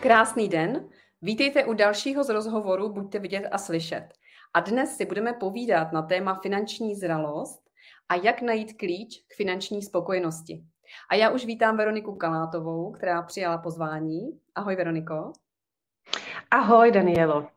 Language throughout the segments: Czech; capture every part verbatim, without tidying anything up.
Krásný den, vítejte u dalšího z rozhovoru Buďte vidět a slyšet. A dnes si budeme povídat na téma finanční zralost a jak najít klíč k finanční spokojenosti. A já už vítám Veroniku Kalátovou, která přijala pozvání. Ahoj Veroniko. Ahoj Danielo.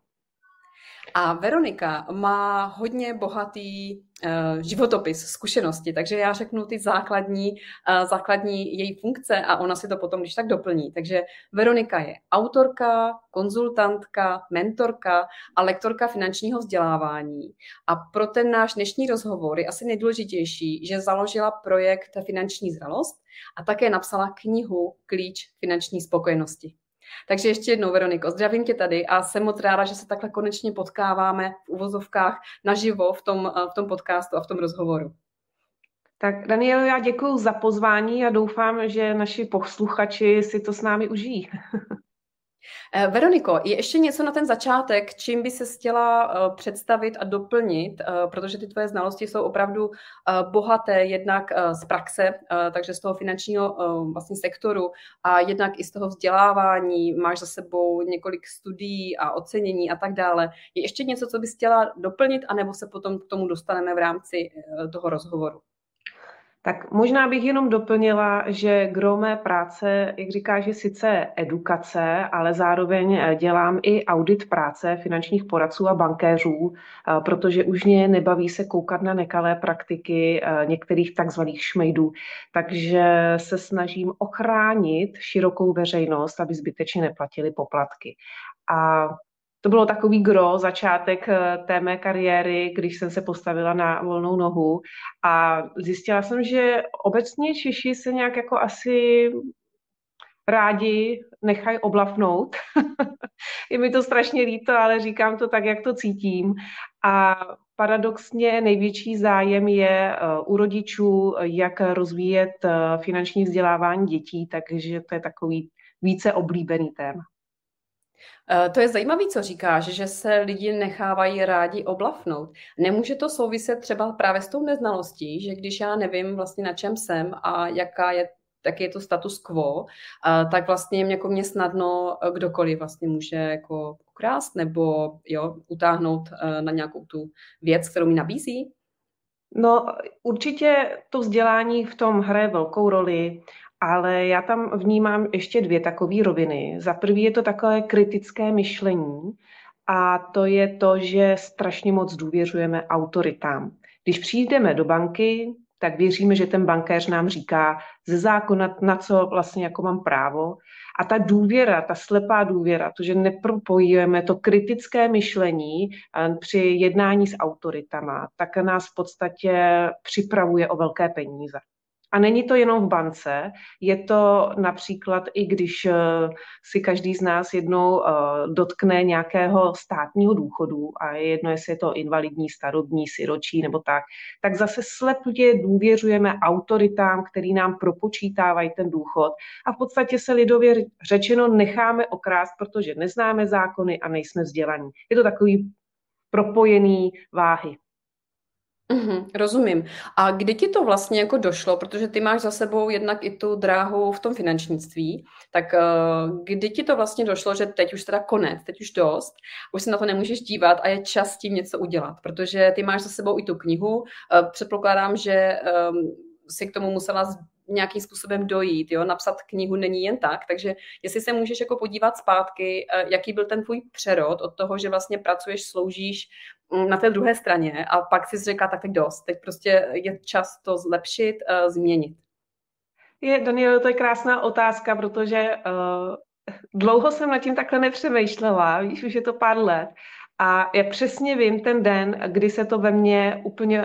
A Veronika má hodně bohatý uh, životopis, zkušenosti, takže já řeknu ty základní, uh, základní její funkce a ona si to potom když tak doplní. Takže Veronika je autorka, konzultantka, mentorka a lektorka finančního vzdělávání. A pro ten náš dnešní rozhovor je asi nejdůležitější, že založila projekt Finanční zralost a také napsala knihu Klíč k finanční spokojenosti. Takže ještě jednou, Veroniko, zdravím tě tady a jsem moc ráda, že se takhle konečně potkáváme v uvozovkách naživo v tom, v tom podcastu a v tom rozhovoru. Tak Danielo, já děkuji za pozvání a doufám, že naši posluchači si to s námi užijí. Veroniko, je ještě něco na ten začátek, čím by se chtěla představit a doplnit, protože ty tvoje znalosti jsou opravdu bohaté jednak z praxe, takže z toho finančního vlastně sektoru a jednak i z toho vzdělávání, máš za sebou několik studií a ocenění a tak dále. Je ještě něco, co bys chtěla doplnit, anebo se potom k tomu dostaneme v rámci toho rozhovoru? Tak možná bych jenom doplnila, že gro mé práce, jak říkáš, je sice edukace, ale zároveň dělám i audit práce finančních poradců a bankéřů, protože už mě nebaví se koukat na nekalé praktiky některých takzvaných šmejdů. Takže se snažím ochránit širokou veřejnost, aby zbytečně neplatili poplatky. A to bylo takový gro, začátek té mé kariéry, když jsem se postavila na volnou nohu a zjistila jsem, že obecně Češi se nějak jako asi rádi nechají oblafnout. Je mi to strašně líto, ale říkám to tak, jak to cítím. A paradoxně největší zájem je u rodičů, jak rozvíjet finanční vzdělávání dětí, takže to je takový více oblíbený téma. To je zajímavé, co říkáš, že se lidi nechávají rádi oblafnout. Nemůže to souviset třeba právě s tou neznalostí, že když já nevím vlastně na čem jsem a jaká je, tak je to status quo, tak vlastně mě, jako mě snadno kdokoliv vlastně může jako ukrást nebo jo, utáhnout na nějakou tu věc, kterou mi nabízí? No určitě to vzdělání v tom hraje velkou roli, ale já tam vnímám ještě dvě takové roviny. Za prvý je to takové kritické myšlení a to je to, že strašně moc důvěřujeme autoritám. Když přijdeme do banky, tak věříme, že ten bankéř nám říká ze zákona, na co vlastně jako mám právo. A ta důvěra, ta slepá důvěra, to, že nepropojujeme to kritické myšlení při jednání s autoritama, tak nás v podstatě připravuje o velké peníze. A není to jenom v bance, je to například i když si každý z nás jednou dotkne nějakého státního důchodu a je jedno, jestli je to invalidní, starobní, siročí nebo tak, tak zase slepě důvěřujeme autoritám, který nám propočítávají ten důchod a v podstatě se lidově řečeno necháme okrást, protože neznáme zákony a nejsme vzdělaní. Je to takový propojený váhy. Uhum, rozumím. A kdy ti to vlastně jako došlo, protože ty máš za sebou jednak i tu dráhu v tom finančnictví, tak uh, kdy ti to vlastně došlo, že teď už teda konec, teď už dost, už se na to nemůžeš dívat a je čas tím něco udělat, protože ty máš za sebou i tu knihu, uh, předpokládám, že um, si k tomu musela nějakým způsobem dojít, jo? Napsat knihu není jen tak, takže jestli se můžeš jako podívat zpátky, jaký byl ten tvůj přerod od toho, že vlastně pracuješ, sloužíš na té druhé straně a pak si řekla, tak teď dost, teď prostě je čas to zlepšit, změnit. Je, Daniel, to je krásná otázka, protože uh, dlouho jsem nad tím takhle nepřemýšlela, víš, už je to pár let a já přesně vím ten den, kdy se to ve mně úplně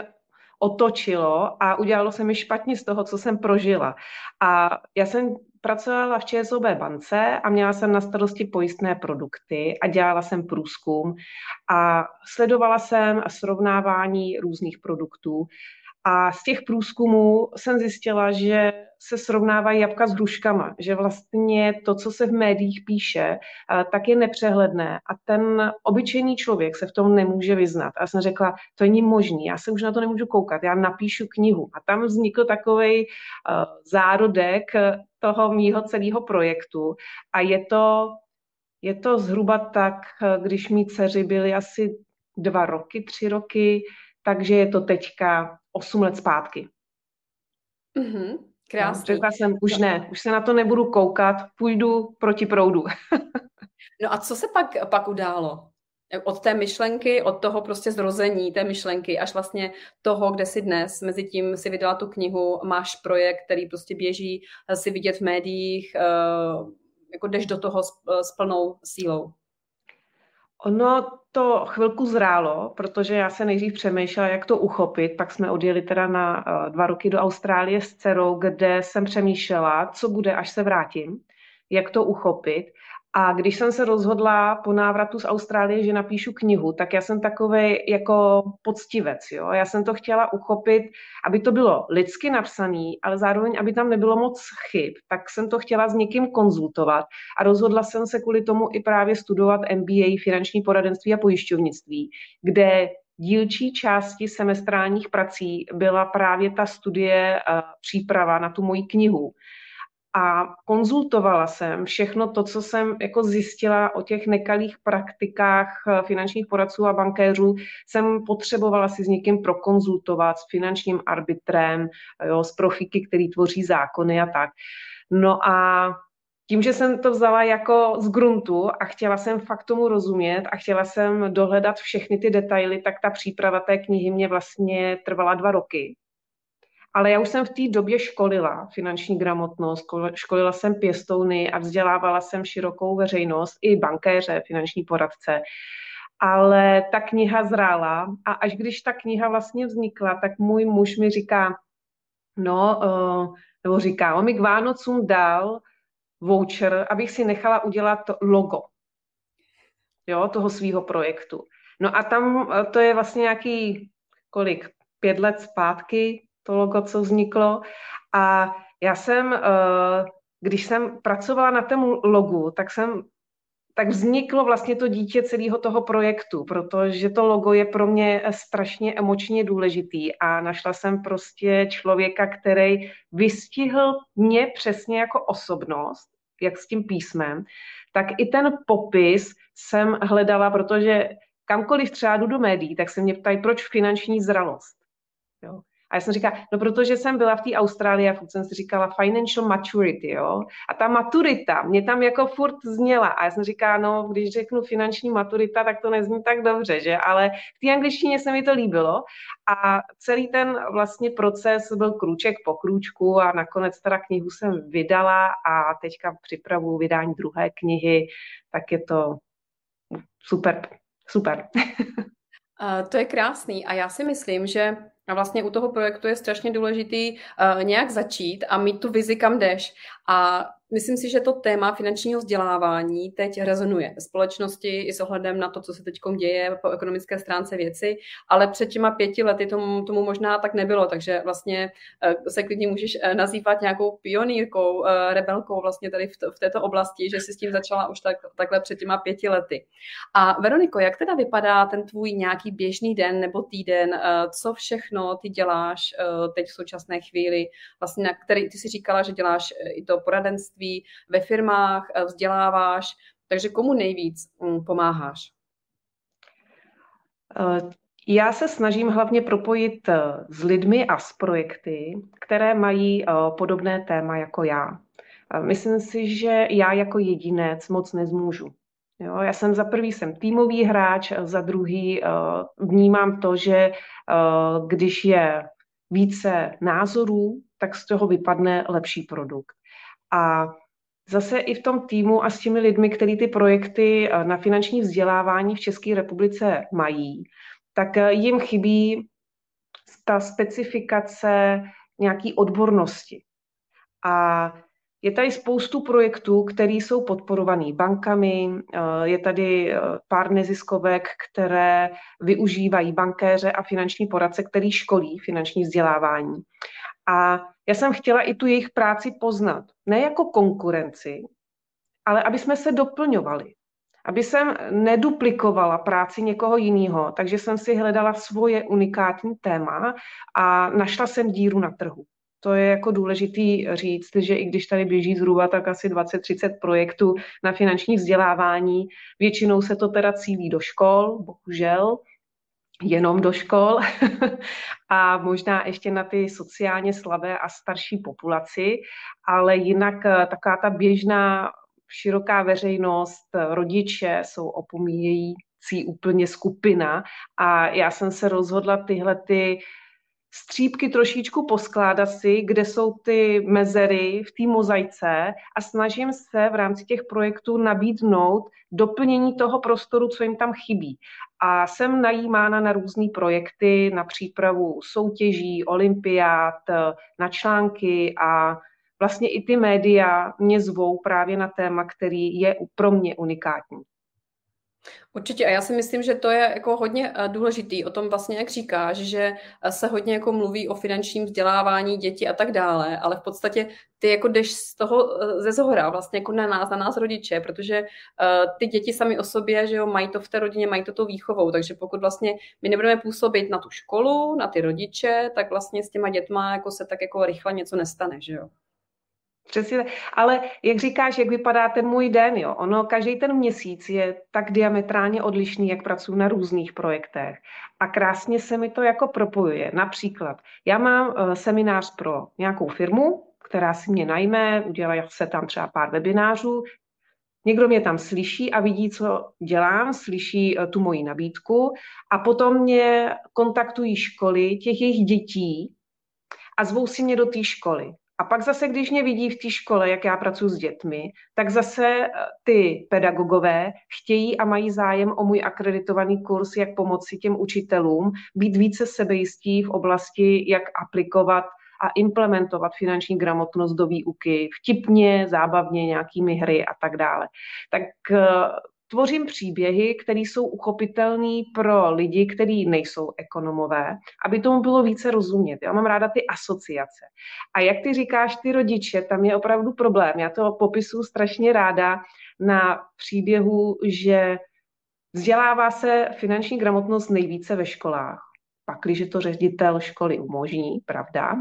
otočilo a udělalo se mi špatně z toho, co jsem prožila. A já jsem pracovala v ČSOB bance a měla jsem na starosti pojistné produkty a dělala jsem průzkum a sledovala jsem srovnávání různých produktů. A z těch průzkumů jsem zjistila, že se srovnávají jabka s hruškama, že vlastně to, co se v médiích píše, tak je nepřehledné a ten obyčejný člověk se v tom nemůže vyznat. A já jsem řekla, to není možný, já se už na to nemůžu koukat, já napíšu knihu. A tam vznikl takovej zárodek toho mýho celého projektu a je to Je to zhruba tak, když mý dceři byly asi dva roky, tři roky, takže je to teďka osm let zpátky. Mhm, Jo, krásný. řekla jsem, už No, ne, už se na to nebudu koukat, půjdu proti proudu. no a co se pak, pak událo? Od té myšlenky, od toho prostě zrození té myšlenky až vlastně toho, kde jsi dnes, mezi tím si vydala tu knihu, máš projekt, který prostě běží, si vidět v médiích, jako jdeš do toho s, s plnou sílou. Ono to chvilku zrálo, protože já se nejdřív přemýšlela, jak to uchopit, pak jsme odjeli teda na uh, dva roky do Austrálie s dcerou, kde jsem přemýšlela, co bude, až se vrátím, jak to uchopit. A když jsem se rozhodla po návratu z Austrálie, že napíšu knihu, tak já jsem takovej jako poctivec. Jo? Já jsem to chtěla uchopit, aby to bylo lidsky napsaný, ale zároveň, aby tam nebylo moc chyb. Tak jsem to chtěla s někým konzultovat a rozhodla jsem se kvůli tomu i právě studovat M B A, finanční poradenství a pojišťovnictví, kde dílčí části semestrálních prací byla právě ta studie, příprava na tu moji knihu. A konzultovala jsem všechno to, co jsem jako zjistila o těch nekalých praktikách finančních poradců a bankéřů, jsem potřebovala si s někým prokonzultovat, s finančním arbitrem, jo, s profíky, který tvoří zákony a tak. No a tím, že jsem to vzala jako z gruntu a chtěla jsem fakt tomu rozumět a chtěla jsem dohledat všechny ty detaily, tak ta příprava té knihy mě vlastně trvala dva roky. Ale já už jsem v té době školila finanční gramotnost, školila jsem pěstouny a vzdělávala jsem širokou veřejnost, i bankéře, finanční poradce. Ale ta kniha zrála a až když ta kniha vlastně vznikla, tak můj muž mi říká, no, uh, nebo říká, on mi k Vánocům dal voucher, abych si nechala udělat logo, jo, toho svýho projektu. No a tam to je vlastně nějaký, kolik, pět let zpátky, to logo, co vzniklo. A já jsem, když jsem pracovala na tom logu, tak jsem tak vzniklo vlastně to dítě celého toho projektu, protože to logo je pro mě strašně emočně důležitý a našla jsem prostě člověka, který vystihl mě přesně jako osobnost, jak s tím písmem, tak i ten popis jsem hledala, protože kamkoliv třeba jdu do médií, tak se mě ptají, proč finanční zralost. Jo. A já jsem říkala, no protože jsem byla v té Austrálii a furt jsem si říkala financial maturity, jo. A ta maturita mě tam jako furt zněla. A já jsem říkala, no když řeknu finanční maturita, tak to nezní tak dobře, že? Ale v té angličtině se mi to líbilo. A celý ten vlastně proces byl krůček po krůčku a nakonec teda knihu jsem vydala a teďka připravuji vydání druhé knihy, tak je to super, super. Uh, to je krásný a já si myslím, že vlastně u toho projektu je strašně důležitý uh, nějak začít a mít tu vizi, kam jdeš. A myslím si, že to téma finančního vzdělávání teď rezonuje ve společnosti i s ohledem na to, co se teď děje po ekonomické stránce věci, ale před těma pěti lety tomu, tomu možná tak nebylo, takže vlastně uh, se klidně můžeš uh, nazývat nějakou pionýrkou, uh, rebelkou vlastně tady v, t- v této oblasti, že jsi s tím začala už tak, takhle před těma pěti lety. A Veroniko, jak teda vypadá ten tvůj nějaký běžný den nebo týden, uh, co všechno ty děláš uh, teď v současné chvíli, vlastně na který ty si říkala, že děláš i to poradenství ve firmách, vzděláváš, takže komu nejvíc pomáháš? Já se snažím hlavně propojit s lidmi a s projekty, které mají podobné téma jako já. Myslím si, že já jako jedinec moc nezmůžu. Jo, já jsem za prvý jsem týmový hráč, za druhý vnímám to, že když je více názorů, tak z toho vypadne lepší produkt. A zase i v tom týmu a s těmi lidmi, kteří ty projekty na finanční vzdělávání v České republice mají, tak jim chybí ta specifikace nějaký odbornosti. A je tady spoustu projektů, které jsou podporované bankami, je tady pár neziskovek, které využívají bankéře a finanční poradce, který školí finanční vzdělávání. A já jsem chtěla i tu jejich práci poznat. Ne jako konkurenci, ale aby jsme se doplňovali. Aby jsem neduplikovala práci někoho jiného, takže jsem si hledala svoje unikátní téma a našla jsem díru na trhu. To je jako důležitý říct, že i když tady běží zhruba tak asi dvacet třicet projektů na finanční vzdělávání, většinou se to teda cílí do škol, bohužel, jenom do škol a možná ještě na ty sociálně slabé a starší populaci, ale jinak taková ta běžná široká veřejnost, rodiče jsou opomíjející úplně skupina a já jsem se rozhodla tyhle ty střípky trošičku poskládat si, kde jsou ty mezery v té mozaice a snažím se v rámci těch projektů nabídnout doplnění toho prostoru, co jim tam chybí. A jsem najímána na různé projekty, na přípravu soutěží, olympiád, na články a vlastně i ty média mě zvou právě na téma, který je pro mě unikátní. Určitě a já si myslím, že to je jako hodně důležitý o tom vlastně, jak říkáš, že se hodně jako mluví o finančním vzdělávání dětí a tak dále, ale v podstatě ty jako jdeš z toho ze zhora vlastně jako na nás, na nás rodiče, protože uh, ty děti sami o sobě, že jo, mají to v té rodině, mají to tou výchovou, takže pokud vlastně my nebudeme působit na tu školu, na ty rodiče, tak vlastně s těma dětma jako se tak jako rychle něco nestane, že jo. Přesně, ale jak říkáš, jak vypadá ten můj den, jo? Ono, každý ten měsíc je tak diametrálně odlišný, jak pracuji na různých projektech a krásně se mi to jako propojuje. Například, já mám uh, seminář pro nějakou firmu, která si mě najme, udělá se tam třeba pár webinářů, někdo mě tam slyší a vidí, co dělám, slyší uh, tu moji nabídku a potom mě kontaktují školy těch jejich dětí a zvou si mě do té školy. A pak zase, když mě vidí v té škole, jak já pracuji s dětmi, tak zase ty pedagogové chtějí a mají zájem o můj akreditovaný kurz, jak pomoci těm učitelům být více sebejistí v oblasti, jak aplikovat a implementovat finanční gramotnost do výuky vtipně, zábavně, nějakými hry a tak dále. Tak tvořím příběhy, které jsou uchopitelné pro lidi, kteří nejsou ekonomové, aby tomu bylo více rozumět. Já mám ráda ty asociace. A jak ty říkáš, ty rodiče, tam je opravdu problém. Já to popisuju strašně ráda na příběhu, že vzdělává se finanční gramotnost nejvíce ve školách. Pakliže to ředitel školy umožní, pravda.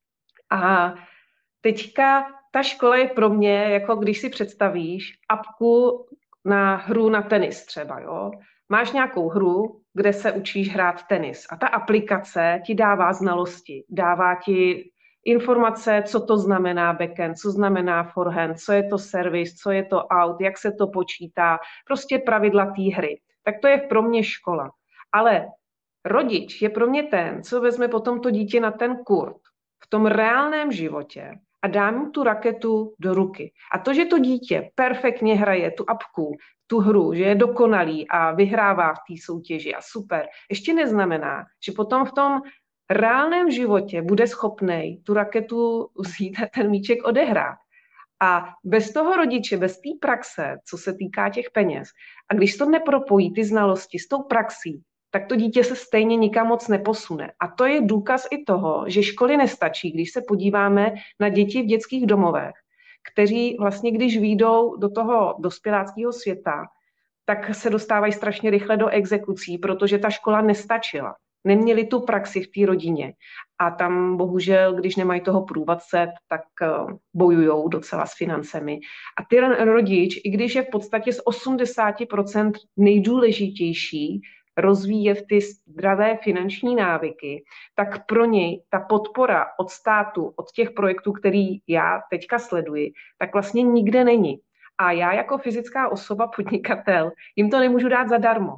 A teďka ta škola je pro mě, jako když si představíš apku na hru na tenis třeba, jo. Máš nějakou hru, kde se učíš hrát tenis a ta aplikace ti dává znalosti, dává ti informace, co to znamená backhand, co znamená forehand, co je to service, co je to out, jak se to počítá, prostě pravidla té hry. Tak to je pro mě škola. Ale rodič je pro mě ten, co vezme potom to dítě na ten kurz v tom reálném životě a dá mu tu raketu do ruky. A to, že to dítě perfektně hraje tu apku, tu hru, že je dokonalý a vyhrává v té soutěži a super, ještě neznamená, že potom v tom reálném životě bude schopnej tu raketu vzít a ten míček odehrát. A bez toho rodiče, bez té praxe, co se týká těch peněz, a když to nepropojí ty znalosti s tou praxí, tak to dítě se stejně nikam moc neposune. A to je důkaz i toho, že školy nestačí, když se podíváme na děti v dětských domovech, kteří vlastně, když výjdou do toho dospěláckého světa, tak se dostávají strašně rychle do exekucí, protože ta škola nestačila. Neměli tu praxi v té rodině. A tam bohužel, když nemají toho průvodce, tak bojujou docela s financemi. A ty rodič, i když je v podstatě z osmdesát procent nejdůležitější rozvíjet ty zdravé finanční návyky, tak pro něj ta podpora od státu, od těch projektů, který já teďka sleduji, tak vlastně nikde není. A já jako fyzická osoba, podnikatel, jim to nemůžu dát zadarmo,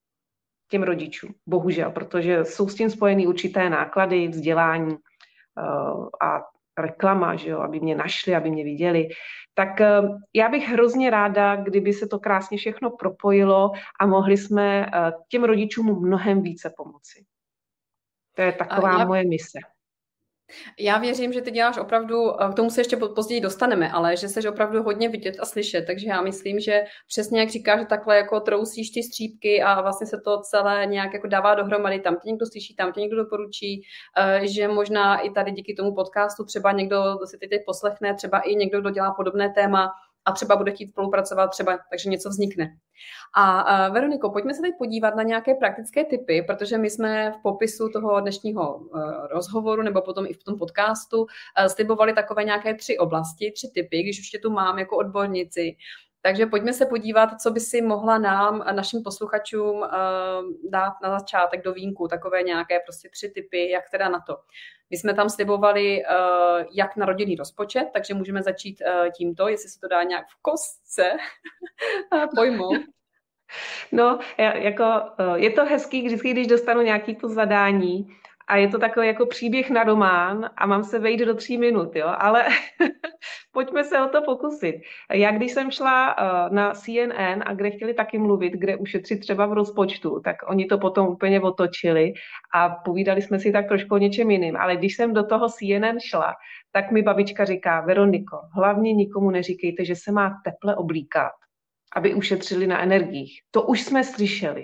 těm rodičům, bohužel, protože jsou s tím spojeny určité náklady, vzdělání uh, a reklama, že jo, aby mě našli, aby mě viděli. Tak uh, já bych hrozně ráda, kdyby se to krásně všechno propojilo a mohli jsme uh, těm rodičům mnohem více pomoci. To je taková já... moje mise. Já věřím, že ty děláš opravdu, k tomu se ještě později dostaneme, ale že seš opravdu hodně vidět a slyšet, takže já myslím, že přesně jak říkáš, že takhle jako trousíš ty střípky a vlastně se to celé nějak jako dává dohromady, tam tě někdo slyší, tam tě někdo doporučí, že možná i tady díky tomu podcastu třeba někdo si ty teď poslechne, třeba i někdo, kdo dělá podobné téma, a třeba bude chtít spolupracovat třeba, takže něco vznikne. A uh, Veroniko, pojďme se teď podívat na nějaké praktické tipy, protože my jsme v popisu toho dnešního uh, rozhovoru nebo potom i v tom podcastu uh, slibovali takové nějaké tři oblasti, tři tipy, když už tě tu mám jako odbornici. Takže pojďme se podívat, co by si mohla nám a našim posluchačům uh, dát na začátek do vínku, takové nějaké prostě tři tipy, jak teda na to. My jsme tam slibovali, uh, jak na rodinný rozpočet, takže můžeme začít uh, tímto, jestli se to dá nějak v kostce pojmout. No, jako, je to hezký, vždycky, když dostanu nějaký to zadání a je to takový jako příběh na román a mám se vejít do tří minut, jo, ale pojďme se o to pokusit. Já když jsem šla na C N N a kde chtěli taky mluvit, kde ušetřit třeba v rozpočtu, tak oni to potom úplně otočili a povídali jsme si tak trošku o něčem jiným. Ale když jsem do toho C N N šla, tak mi babička říká, Veroniko, hlavně nikomu neříkejte, že se má teple oblíkat, aby ušetřili na energiích. To už jsme slyšeli.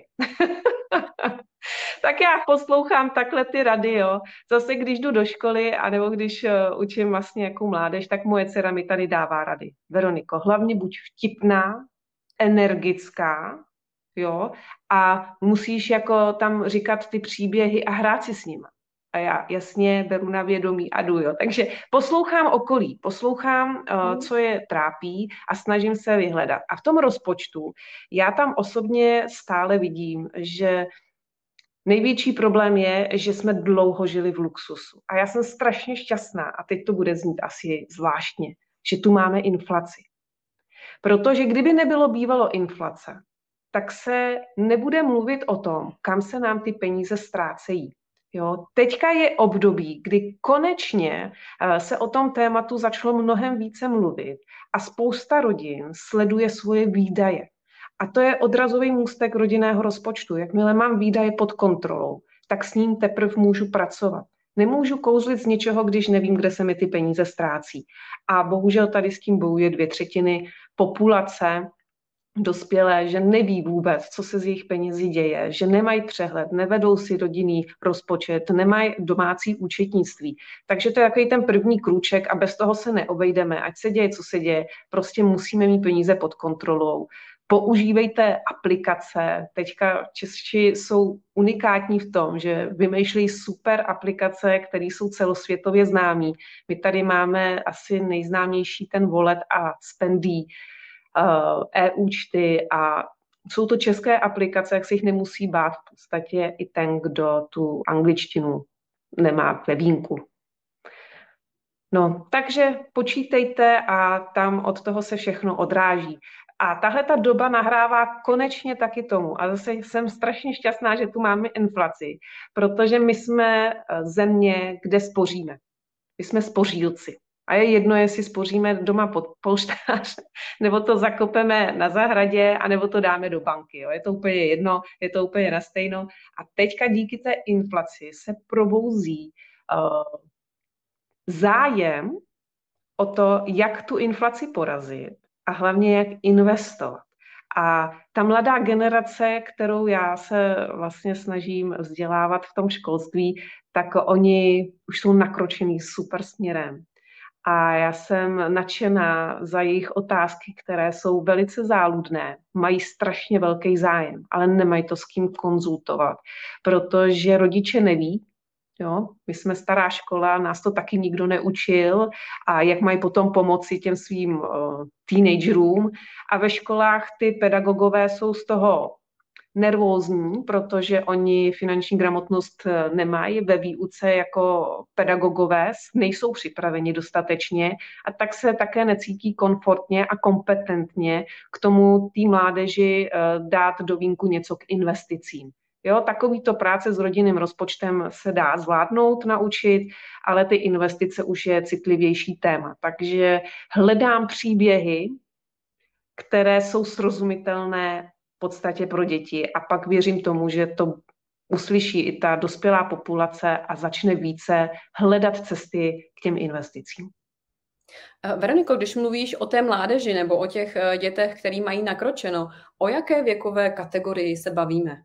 Tak já poslouchám takhle ty rady, jo. Zase když jdu do školy, anebo když uh, učím vlastně jakou mládež, tak moje dcera mi tady dává rady. Veroniko, hlavně buď vtipná, energická, jo, a musíš jako tam říkat ty příběhy a hrát si s nima. A já jasně beru na vědomí a jdu, jo. Takže poslouchám okolí, poslouchám, uh, co je trápí a snažím se vyhledat. A v tom rozpočtu já tam osobně stále vidím, že největší problém je, že jsme dlouho žili v luxusu. A já jsem strašně šťastná, a teď to bude znít asi zvláštně, že tu máme inflaci. Protože kdyby nebylo bývalo inflace, tak se nebude mluvit o tom, kam se nám ty peníze ztrácejí. Jo, teďka je období, kdy konečně se o tom tématu začalo mnohem více mluvit a spousta rodin sleduje svoje výdaje. A to je odrazový můstek rodinného rozpočtu. Jakmile mám výdaje pod kontrolou, tak s ním teprve můžu pracovat. Nemůžu kouzlit z ničeho, když nevím, kde se mi ty peníze ztrácí. A bohužel tady s tím bojuje dvě třetiny populace dospělé, že neví vůbec, co se z jejich penězí děje, že nemají přehled, nevedou si rodinný rozpočet, nemají domácí účetnictví. Takže to je takový ten první krůček a bez toho se neobejdeme. Ať se děje, co se děje, prostě musíme mít peníze pod kontrolou. Používejte aplikace. Teďka Češi jsou unikátní v tom, že vymýšlejí super aplikace, které jsou celosvětově známí. My tady máme asi nejznámější ten Wallet a Spendy, e-účty a jsou to české aplikace, jak se jich nemusí bát v podstatě i ten, kdo tu angličtinu nemá ve vínku. No, takže počítejte a tam od toho se všechno odráží. A tahle ta doba nahrává konečně taky tomu. A zase jsem strašně šťastná, že tu máme inflaci, protože my jsme země, kde spoříme. My jsme spořílci. A je jedno, jestli spoříme doma pod polštář, nebo to zakopeme na zahradě, anebo to dáme do banky. Jo. Je to úplně jedno, je to úplně na stejno. A teďka díky té inflaci se probouzí uh, zájem o to, jak tu inflaci porazit a hlavně jak investovat. A ta mladá generace, kterou já se vlastně snažím vzdělávat v tom školství, tak oni už jsou nakročený super směrem. A já jsem nadšená za jejich otázky, které jsou velice záludné, mají strašně velký zájem, ale nemají to s kým konzultovat, protože rodiče neví, jo, my jsme stará škola, nás to taky nikdo neučil a jak mají potom pomoci těm svým uh, teenagerům a ve školách ty pedagogové jsou z toho nervózní, protože oni finanční gramotnost nemají ve výuce jako pedagogové, nejsou připraveni dostatečně a tak se také necítí komfortně a kompetentně k tomu té mládeži dát do vínku něco k investicím. Jo, takovýto práce s rodinným rozpočtem se dá zvládnout, naučit, ale ty investice už je citlivější téma. Takže hledám příběhy, které jsou srozumitelné v podstatě pro děti a pak věřím tomu, že to uslyší i ta dospělá populace a začne více hledat cesty k těm investicím. Veroniko, když mluvíš o té mládeži nebo o těch dětech, který mají nakročeno, o jaké věkové kategorii se bavíme?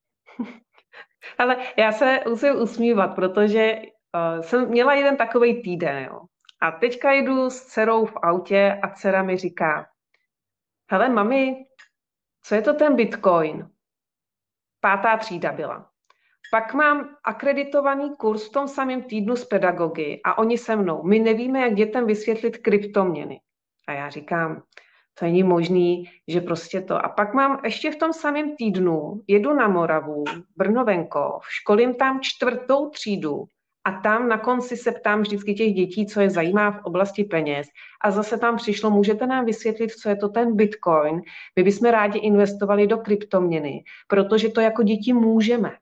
Ale já se musím usmívat, protože uh, jsem měla jeden takovej týden, jo. A teďka jdu s dcerou v autě a dcera mi říká, hele mami, co je to ten Bitcoin? Pátá třída byla. Pak mám akreditovaný kurz v tom samém týdnu s pedagogy a oni se mnou. My nevíme, jak dětem vysvětlit kryptoměny. A já říkám, to není možný, že prostě to. A pak mám ještě v tom samém týdnu, jedu na Moravu, Brno-Venkov, školím tam čtvrtou třídu a tam na konci se ptám vždycky těch dětí, co je zajímá v oblasti peněz. A zase tam přišlo, můžete nám vysvětlit, co je to ten Bitcoin? My bychom rádi investovali do kryptoměny, protože to jako děti můžeme.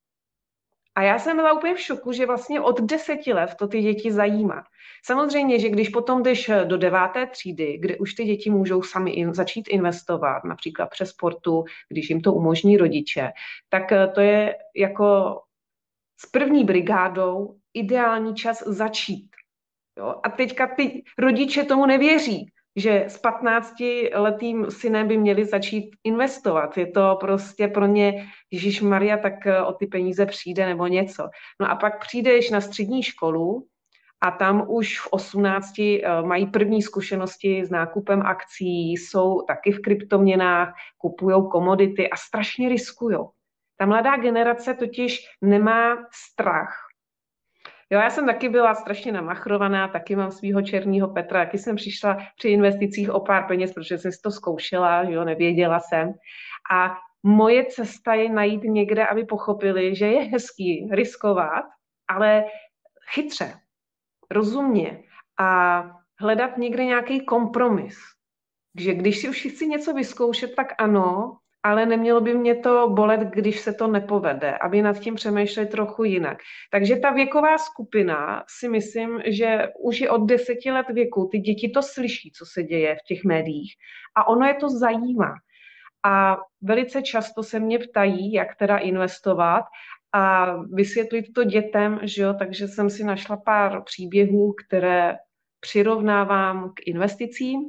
A já jsem byla úplně v šoku, že vlastně od deseti let to ty děti zajímá. Samozřejmě, že když potom jdeš do deváté třídy, kde už ty děti můžou sami in, začít investovat, například přes sportu, když jim to umožní rodiče, tak to je jako s první brigádou ideální čas začít. Jo? A teďka ty rodiče tomu nevěří, že s patnáctiletým synem by měli začít investovat. Je to prostě pro ně, ježišmarja, tak o ty peníze přijde nebo něco. No a pak přijdeš na střední školu a tam už v osmnácti mají první zkušenosti s nákupem akcí, jsou taky v kryptoměnách, kupují komodity a strašně riskujou. Ta mladá generace totiž nemá strach. Jo, já jsem taky byla strašně namachrovaná, taky mám svýho černého Petra, taky jsem přišla při investicích o pár peněz, protože jsem si to zkoušela, jo, nevěděla jsem. A moje cesta je najít někde, aby pochopili, že je hezký riskovat, ale chytře, rozumně a hledat někde nějaký kompromis. Že když si už chci něco vyzkoušet, tak ano, ale nemělo by mě to bolet, když se to nepovede, aby nad tím přemýšleli trochu jinak. Takže ta věková skupina si myslím, že už je od deseti let věku, ty děti to slyší, co se děje v těch médiích a ono je to zajímá. A velice často se mě ptají, jak teda investovat a vysvětlit to dětem, že jo, takže jsem si našla pár příběhů, které přirovnávám k investicím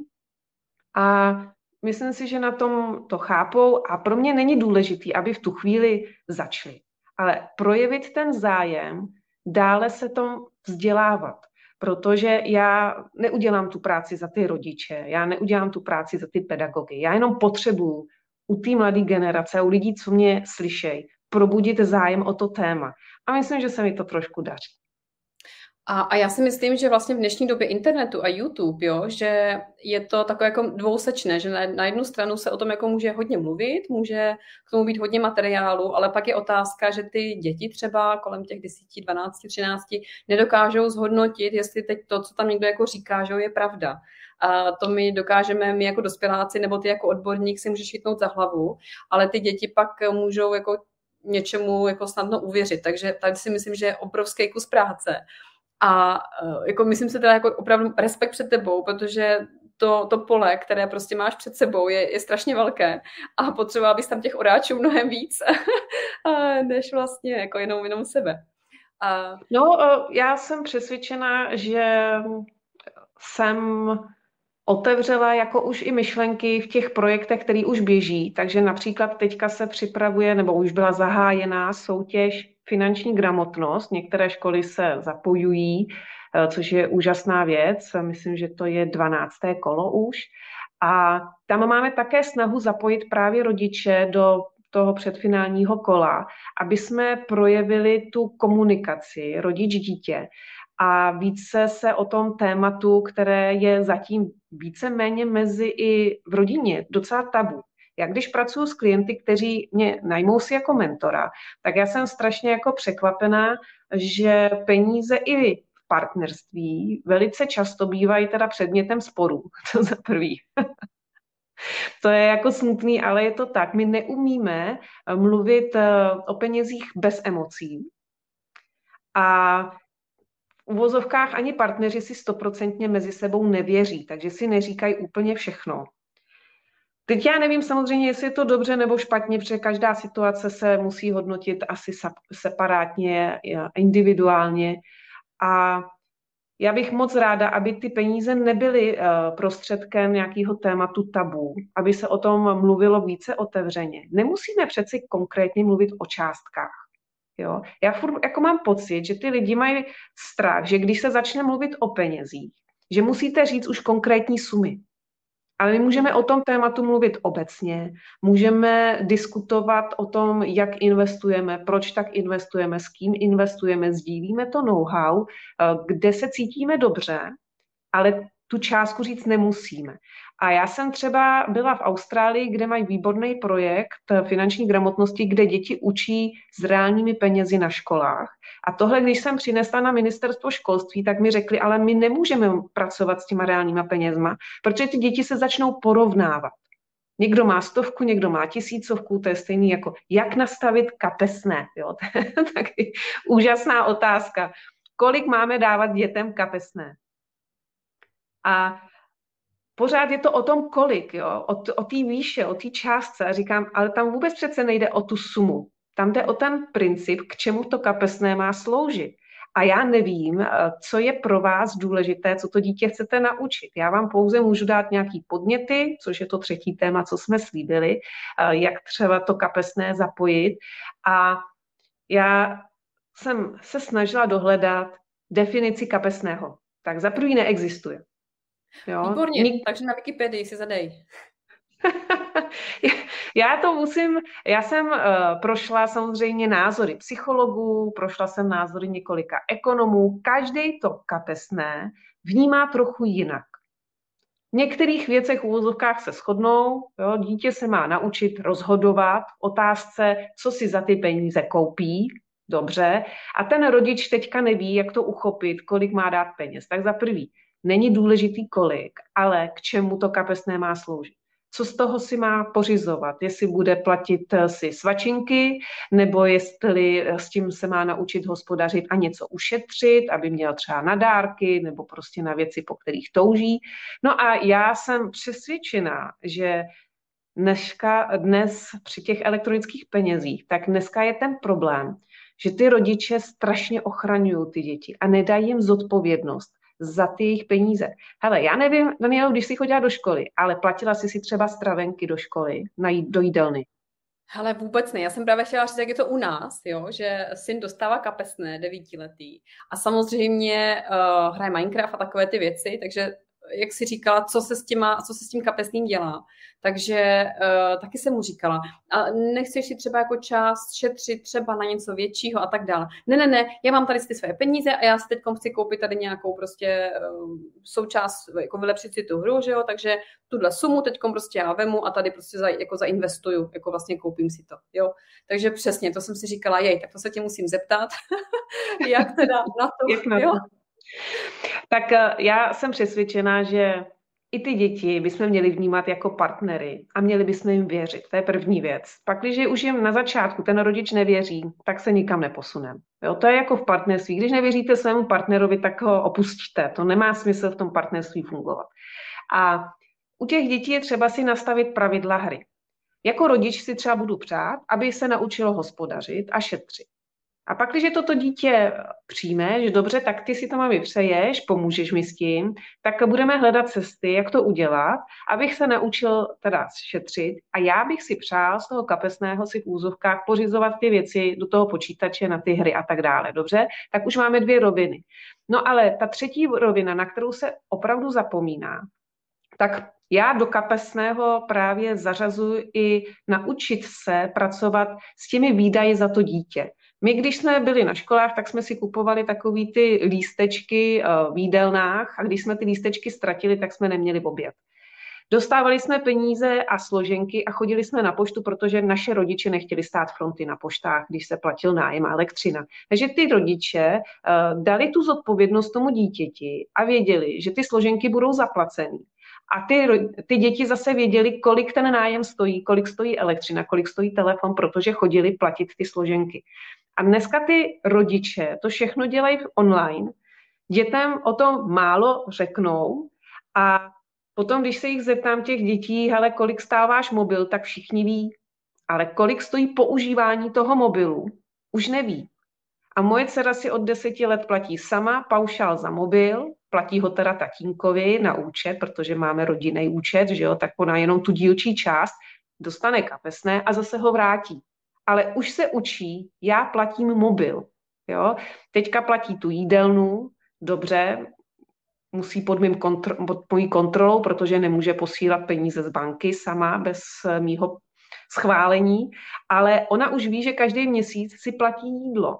a myslím si, že na tom to chápou a pro mě není důležitý, aby v tu chvíli začali. Ale projevit ten zájem, dále se tom vzdělávat. Protože já neudělám tu práci za ty rodiče, já neudělám tu práci za ty pedagogy. Já jenom potřebuju u té mladé generace, u lidí, co mě slyšejí, probudit zájem o to téma. A myslím, že se mi to trošku daří. A, a já si myslím, že vlastně v dnešní době internetu a YouTube, jo, že je to takové jako dvousečné, že na, na jednu stranu se o tom jako může hodně mluvit, může k tomu být hodně materiálu, ale pak je otázka, že ty děti třeba kolem těch deset, dvanáct, třináct nedokážou zhodnotit, jestli teď to, co tam někdo jako říká, že je pravda. A to my dokážeme, my jako dospěláci nebo ty jako odborník si můžeš chytnout za hlavu, ale ty děti pak můžou jako něčemu jako snadno uvěřit. Takže tady si myslím, že je obrovský kus práce. A jako myslím si teda jako opravdu respekt před tebou, protože to, to pole, které prostě máš před sebou, je, je strašně velké a potřebovala bys tam těch oráčů mnohem víc, než vlastně jako jenom, jenom sebe. A... No, já jsem přesvědčena, že jsem otevřela jako už i myšlenky v těch projektech, které už běží, takže například teďka se připravuje, nebo už byla zahájená soutěž finanční gramotnost. Některé školy se zapojují, což je úžasná věc. Myslím, že to je dvanácté kolo už. A tam máme také snahu zapojit právě rodiče do toho předfinálního kola, aby jsme projevili tu komunikaci rodič-dítě a více se o tom tématu, které je zatím víceméně mezi i v rodině docela tabu. Já když pracuji s klienty, kteří mě najmou si jako mentora, tak já jsem strašně jako překvapená, že peníze i v partnerství velice často bývají teda předmětem sporů. To za prvý. To je jako smutný, ale je to tak. My neumíme mluvit o penězích bez emocí. A v uvozovkách ani partneři si stoprocentně mezi sebou nevěří, takže si neříkají úplně všechno. Teď já nevím samozřejmě, jestli je to dobře nebo špatně, protože každá situace se musí hodnotit asi separátně, individuálně. A já bych moc ráda, aby ty peníze nebyly prostředkem nějakého tématu tabu, aby se o tom mluvilo více otevřeně. Nemusíme přeci konkrétně mluvit o částkách. Jo? Já furt jako mám pocit, že ty lidi mají strach, že když se začne mluvit o penězích, že musíte říct už konkrétní sumy. Ale my můžeme o tom tématu mluvit obecně, můžeme diskutovat o tom, jak investujeme, proč tak investujeme, s kým investujeme, sdílíme to know-how, kde se cítíme dobře, ale tu částku říct nemusíme. A já jsem třeba byla v Austrálii, kde mají výborný projekt finanční gramotnosti, kde děti učí s reálnými penězi na školách. A tohle, když jsem přinesla na ministerstvo školství, tak mi řekli, ale my nemůžeme pracovat s těma reálnýma penězma, protože ty děti se začnou porovnávat. Někdo má stovku, někdo má tisícovku, to je stejný jako jak nastavit kapesné. Jo? To je taky úžasná otázka. Kolik máme dávat dětem kapesné? A pořád je to o tom, kolik, jo? o, t- o té výše, o té částce. A říkám, ale tam vůbec přece nejde o tu sumu. Tam jde o ten princip, k čemu to kapesné má sloužit. A já nevím, co je pro vás důležité, co to dítě chcete naučit. Já vám pouze můžu dát nějaký podněty, což je to třetí téma, co jsme slíbili, jak třeba to kapesné zapojit. A já jsem se snažila dohledat definici kapesného. Tak za první neexistuje. Jo? Výborně, Nik... takže na Wikipedii si zadej. Já to musím, já jsem uh, prošla samozřejmě názory psychologů, prošla jsem názory několika ekonomů, každý to kapesné vnímá trochu jinak. V některých věcech v úvozovkách se shodnou, jo, dítě se má naučit rozhodovat v otázce, co si za ty peníze koupí, dobře, a ten rodič teďka neví, jak to uchopit, kolik má dát peněz. Tak za prvý, není důležitý kolik, ale k čemu to kapesné má sloužit. Co z toho si má pořizovat, jestli bude platit si svačinky, nebo jestli s tím se má naučit hospodařit a něco ušetřit, aby měl třeba na dárky, nebo prostě na věci, po kterých touží. No a já jsem přesvědčená, že dneska, dnes při těch elektronických penězích, tak dneska je ten problém, že ty rodiče strašně ochraňují ty děti a nedají jim zodpovědnost za ty jejich peníze. Hele, já nevím, Danielo, když jsi chodila do školy, ale platila jsi si třeba stravenky do školy, na jí, do jídelny? Hele, vůbec ne. Já jsem právě chtěla říct, jak je to u nás, jo? Že syn dostává kapesné, devítiletý. A samozřejmě uh, hraje Minecraft a takové ty věci, takže jak jsi říkala, co se s, těma, co se s tím kapesným dělá. Takže uh, taky jsem mu říkala, a nechceš si třeba jako část šetřit třeba na něco většího a tak dále. Ne, ne, ne, já mám tady ty své peníze a já si teď chci koupit tady nějakou prostě uh, součást, jako vylepšit si tu hru, že jo, takže tuhle sumu teď prostě já vemu a tady prostě za, jako zainvestuju, jako vlastně koupím si to, jo. Takže přesně, to jsem si říkala, jej, tak to se tě musím zeptat, jak teda na to, jak na to? Jo? Tak já jsem přesvědčená, že i ty děti bychom měli vnímat jako partnery a měli bychom jim věřit. To je první věc. Pak, když už jim na začátku ten rodič nevěří, tak se nikam neposuneme. Jo, to je jako v partnerství. Když nevěříte svému partnerovi, tak ho opustíte. To nemá smysl v tom partnerství fungovat. A u těch dětí je třeba si nastavit pravidla hry. Jako rodič si třeba budu přát, aby se naučilo hospodařit a šetřit. A pak, když toto dítě přijme, že dobře, tak ty si to mami přeješ, pomůžeš mi s tím, tak budeme hledat cesty, jak to udělat, abych se naučil teda šetřit a já bych si přál z toho kapesného si v úzovkách pořizovat ty věci do toho počítače, na ty hry a tak dále, dobře? Tak už máme dvě roviny. No ale ta třetí rovina, na kterou se opravdu zapomíná, tak já do kapesného právě zařazuji i naučit se pracovat s těmi výdaji za to dítě. My, když jsme byli na školách, tak jsme si kupovali takový ty lístečky v jídelnách a když jsme ty lístečky ztratili, tak jsme neměli oběd. Dostávali jsme peníze a složenky a chodili jsme na poštu, protože naše rodiče nechtěli stát fronty na poštách, když se platil nájem a elektřina. Takže ty rodiče uh, dali tu zodpovědnost tomu dítěti a věděli, že ty složenky budou zaplacený. A ty, ty děti zase věděli, kolik ten nájem stojí, kolik stojí elektřina, kolik stojí telefon, protože chodili platit ty složenky. A dneska ty rodiče to všechno dělají online, dětem o tom málo řeknou a potom, když se jich zeptám těch dětí, hele, kolik stáváš mobil, tak všichni ví, ale kolik stojí používání toho mobilu, už neví. A moje dcera si od deseti let platí sama paušál za mobil, platí ho teda tatínkovi na účet, protože máme rodinný účet, že jo, tak ona jenom tu dílčí část dostane kapesné a zase ho vrátí. Ale už se učí, já platím mobil, jo. Teďka platí tu jídelnu, dobře, musí pod, mým kontro, pod mojí kontrolou, protože nemůže posílat peníze z banky sama bez mýho schválení, ale ona už ví, že každý měsíc si platí jídlo.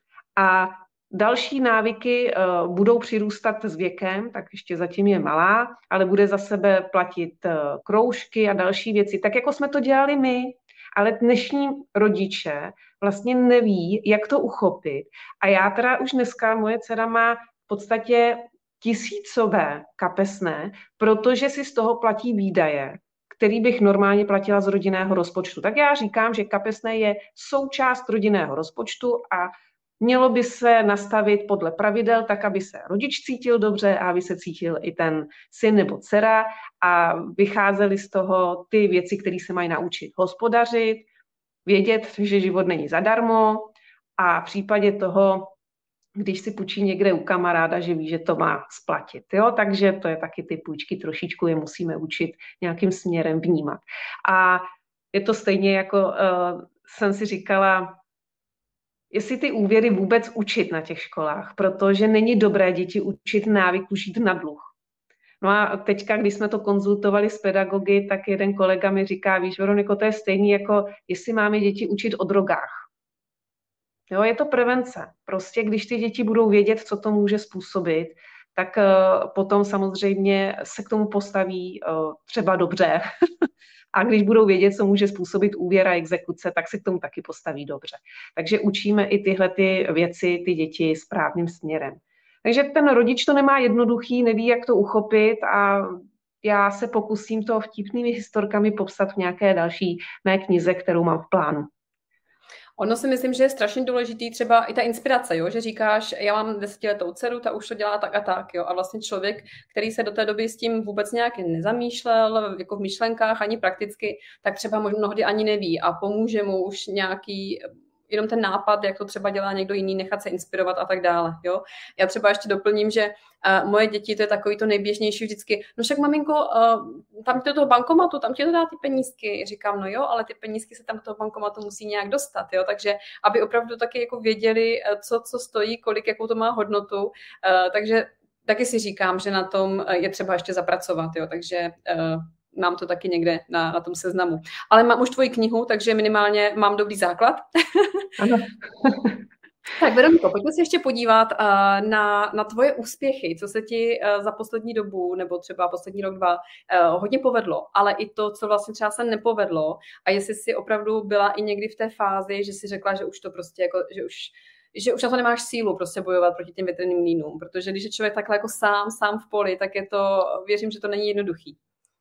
A další návyky uh, budou přirůstat s věkem, tak ještě zatím je malá, ale bude za sebe platit uh, kroužky a další věci, tak jako jsme to dělali my. Ale dnešní rodiče vlastně neví, jak to uchopit. A já teda už dneska, moje dcera má v podstatě tisícové kapesné, protože si z toho platí výdaje, který bych normálně platila z rodinného rozpočtu. Tak já říkám, že kapesné je součást rodinného rozpočtu a mělo by se nastavit podle pravidel, tak aby se rodič cítil dobře a aby se cítil i ten syn nebo dcera a vycházely z toho ty věci, které se mají naučit hospodařit, vědět, že život není zadarmo a v případě toho, když si půjčí někde u kamaráda, že ví, že to má splatit. Jo? Takže to je taky ty půjčky, trošičku je musíme učit nějakým směrem vnímat. A je to stejně jako uh, jsem si říkala, jestli ty úvěry vůbec učit na těch školách, protože není dobré děti učit návyku žít na dluh. No a teďka, když jsme to konzultovali s pedagogy, tak jeden kolega mi říká, víš, Veroniko, to je stejný, jako jestli máme děti učit o drogách. Jo, je to prevence. Prostě když ty děti budou vědět, co to může způsobit, tak uh, potom samozřejmě se k tomu postaví uh, třeba dobře. A když budou vědět, co může způsobit úvěr a exekuce, tak se k tomu taky postaví dobře. Takže učíme i tyhle ty věci, ty děti správným směrem. Takže ten rodič to nemá jednoduchý, neví, jak to uchopit a já se pokusím to vtipnými historkami popsat v nějaké další mé knize, kterou mám v plánu. Ono si myslím, že je strašně důležitý třeba i ta inspirace, jo? Že říkáš, já mám desetiletou dceru, ta už to dělá tak a tak, jo? A vlastně člověk, který se do té doby s tím vůbec nějak nezamýšlel, jako v myšlenkách, ani prakticky, tak třeba mnohdy ani neví a pomůže mu už nějaký jenom ten nápad, jak to třeba dělá někdo jiný, nechat se inspirovat a tak dále. Jo? Já třeba ještě doplním, že uh, moje děti, to je takový to nejběžnější vždycky, no však maminko, uh, tam ti do toho bankomatu, tam ti to dá ty penízky. Říkám, no jo, ale ty penízky se tam do toho bankomatu musí nějak dostat. Jo? Takže aby opravdu taky jako věděli, co, co stojí, kolik, jakou to má hodnotu. Uh, takže taky si říkám, že na tom je třeba ještě zapracovat. Jo? Takže uh, mám to taky někde na, na tom seznamu. Ale mám už tvoji knihu, takže minimálně mám dobrý základ. Ano. Tak Veroniko, pojďme se ještě podívat uh, na, na tvoje úspěchy, co se ti uh, za poslední dobu, nebo třeba poslední rok, dva, uh, hodně povedlo, ale i to, co vlastně třeba se nepovedlo a jestli jsi opravdu byla i někdy v té fázi, že jsi řekla, že už to prostě jako, že už že už na to nemáš sílu prostě bojovat proti těm větrným mlýnům, protože když je člověk takhle jako sám, sám v poli, tak je to, věřím, že to není jednoduchý.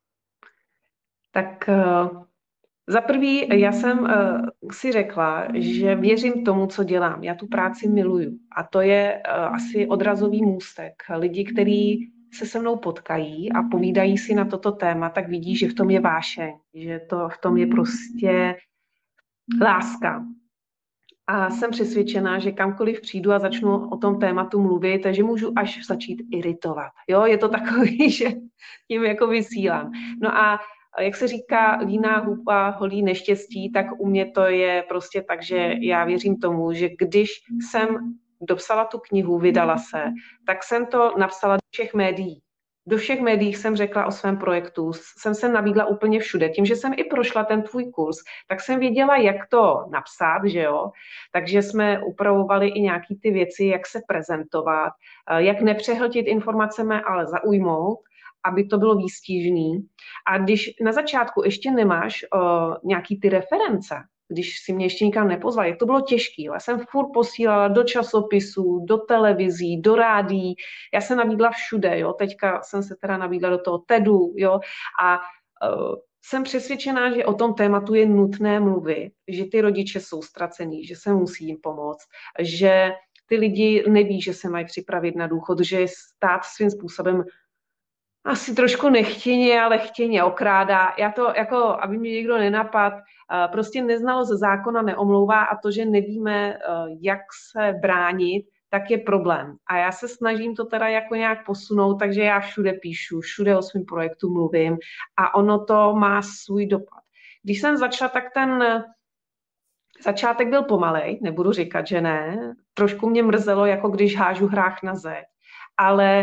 Tak uh, za prvý, já jsem uh, si řekla, že věřím tomu, co dělám. Já tu práci miluju. A to je uh, asi odrazový můstek. Lidi, kteří se se mnou potkají a povídají si na toto téma, tak vidí, že v tom je vášeň, že to v tom je prostě láska. A jsem přesvědčená, že kamkoliv přijdu a začnu o tom tématu mluvit, že můžu až začít iritovat. Jo, je to takový, že tím jako vysílám. No a jak se říká, líná huba holí neštěstí, tak u mě to je prostě tak, že já věřím tomu, že když jsem dopsala tu knihu, vydala se, tak jsem to napsala do všech médií. Do všech médií jsem řekla o svém projektu, jsem se nabídla úplně všude. Tím, že jsem i prošla ten tvůj kurz, tak jsem věděla, jak to napsat, že jo. Takže jsme upravovali i nějaký ty věci, jak se prezentovat, jak nepřehltit informacemi, ale zaujmout, aby to bylo výstižný. A když na začátku ještě nemáš uh, nějaký ty reference, když si mě ještě nikam nepozval, jak to bylo těžké. Já jsem furt posílala do časopisů, do televizí, do rádií. Já jsem nabídla všude, jo. Teďka jsem se teda nabídla do toho TEDu, jo. A uh, jsem přesvědčená, že o tom tématu je nutné mluvit, že ty rodiče jsou ztracení, že se musí jim pomoct, že ty lidi neví, že se mají připravit na důchod, že stát svým způsobem asi trošku nechtěně, ale chtěně okrádá. Já to, jako, aby mě někdo nenapad, prostě neznalost zákona neomlouvá a to, že nevíme, jak se bránit, tak je problém. A já se snažím to teda jako nějak posunout, takže já všude píšu, všude o svém projektu mluvím a ono to má svůj dopad. Když jsem začala, tak ten začátek byl pomalej, nebudu říkat, že ne. Trošku mě mrzelo, jako když hážu hrách na zeď, ale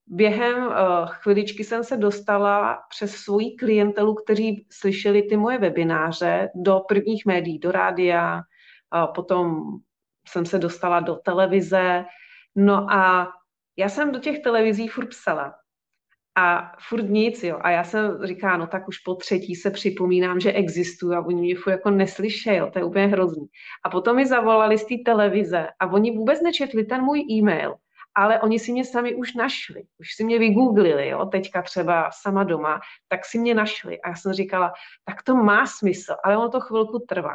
během uh, chviličky jsem se dostala přes svoji klientelu, kteří slyšeli ty moje webináře, do prvních médií, do rádia, a potom jsem se dostala do televize. No a já jsem do těch televizí furt psala. A furt nic, jo. A já jsem říkala, no tak už po třetí se připomínám, že existuju a oni mě furt jako neslyšejí, jo. To je úplně hrozný. A potom mi zavolali z té televize a oni vůbec nečetli ten můj e-mail, ale oni si mě sami už našli. Už si mě vygooglili, jo, teďka třeba sama doma, tak si mě našli. A já jsem říkala, tak to má smysl, ale ono to chvilku trvá.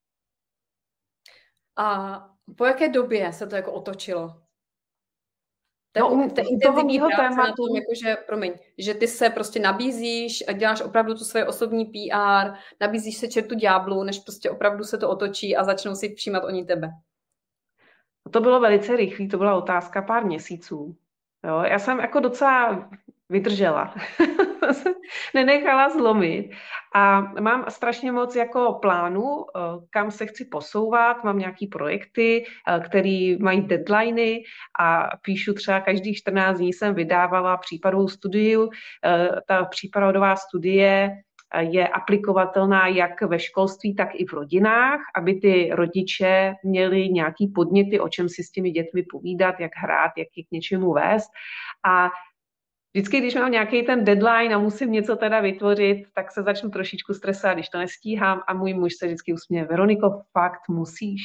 A po jaké době se to jako otočilo? Ten, No, u ten toho intenzivní mýho práce tématu, na tom, jakože, promiň, že ty se prostě nabízíš a děláš opravdu tu svoje osobní P R, nabízíš se čertu ďáblu, než prostě opravdu se to otočí a začnou si všímat oni tebe. to bylo velice rychlé, to byla otázka pár měsíců. Jo, já jsem jako docela vydržela. Nenechala zlomit. A mám strašně moc jako plánu, kam se chci posouvat. Mám nějaký projekty, které mají deadliny a píšu třeba každých čtrnáct dní jsem vydávala případovou studii. Ta případová studie je aplikovatelná jak ve školství, tak i v rodinách, aby ty rodiče měli nějaký podněty, o čem si s těmi dětmi povídat, jak hrát, jak je k něčemu vést. A vždycky, když mám nějaký ten deadline a musím něco teda vytvořit, tak se začnu trošičku stresovat, když to nestíhám a můj muž se vždycky usměje. Veroniko, fakt musíš.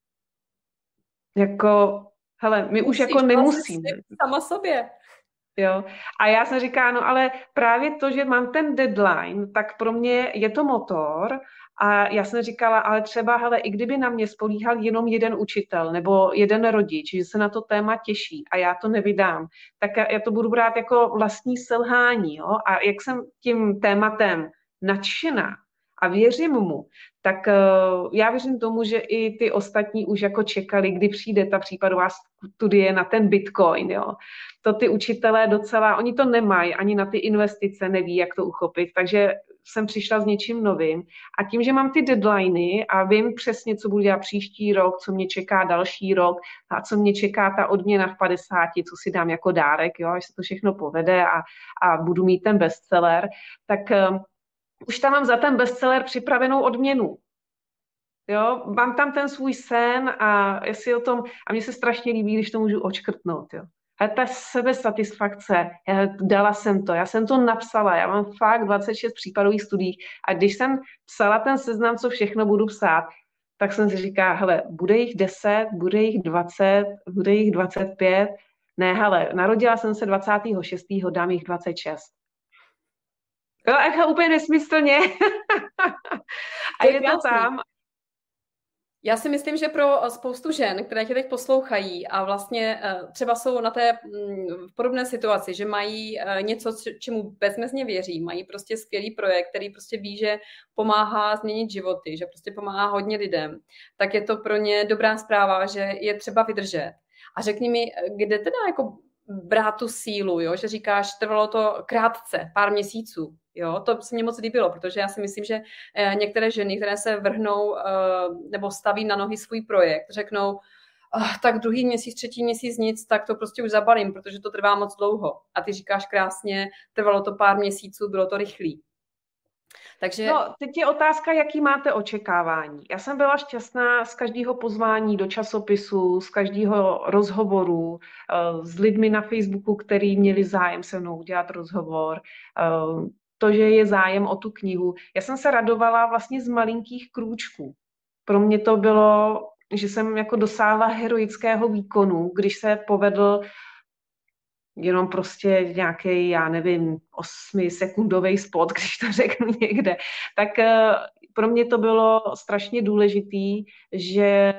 Jako, hele, my musíš, už jako nemusíme. Sama sobě. Jo. A já jsem říká, no ale právě to, že mám ten deadline, tak pro mě je to motor. A já jsem říkala, ale třeba, hele, i kdyby na mě spolíhal jenom jeden učitel nebo jeden rodič, že se na to téma těší a já to nevydám, tak já to budu brát jako vlastní selhání. Jo? A jak jsem tím tématem nadšená a věřím mu, tak uh, já věřím tomu, že i ty ostatní už jako čekali, kdy přijde ta případová studie na ten Bitcoin. Jo? To ty učitelé docela, oni to nemají, ani na ty investice neví, jak to uchopit, takže jsem přišla s něčím novým a tím, že mám ty deadliny a vím přesně, co budu dělat příští rok, co mě čeká další rok a co mě čeká ta odměna v padesáti, co si dám jako dárek, jo, až se to všechno povede a, a budu mít ten bestseller, tak um, už tam mám za ten bestseller připravenou odměnu. Jo, mám tam ten svůj sen a jestli o tom, a mně se strašně líbí, když to můžu odškrtnout, jo. Ale ta sebesatisfakce, dala jsem to, já jsem to napsala, já mám fakt dvacet šest případových studií a když jsem psala ten seznam, co všechno budu psát, tak jsem si říkala, hele, bude jich deset, bude jich dvacet, bude jich dvacet pět, ne, hele, narodila jsem se dvacátého šestého dám jich dvacet šest. Jo, jako úplně nesmyslně. A je to tam. Já si myslím, že pro spoustu žen, které tě teď poslouchají a vlastně třeba jsou na té podobné situaci, že mají něco, čemu bezmezně věří, mají prostě skvělý projekt, který prostě ví, že pomáhá změnit životy, že prostě pomáhá hodně lidem, tak je to pro ně dobrá zpráva, že je třeba vydržet. A řekni mi, kde teda jako brát tu sílu, jo? Že říkáš, trvalo to krátce, pár měsíců. Jo, to se mně moc líbilo, protože já si myslím, že některé ženy, které se vrhnou nebo staví na nohy svůj projekt, řeknou, oh, tak druhý měsíc, třetí měsíc nic, tak to prostě už zabalím, protože to trvá moc dlouho. A ty říkáš krásně, trvalo to pár měsíců, bylo to rychlý. Takže... No, teď je otázka, jaký máte očekávání. Já jsem byla šťastná z každého pozvání do časopisu, z každého rozhovoru, s lidmi na Facebooku, který měli zájem se mnou udělat rozhovor, to, že je zájem o tu knihu. Já jsem se radovala vlastně z malinkých krůčků. Pro mě to bylo, že jsem jako dosáhla heroického výkonu, když se povedl jenom prostě nějaký, já nevím, osmisekundový spot, když to řeknu někde. Tak pro mě to bylo strašně důležitý, že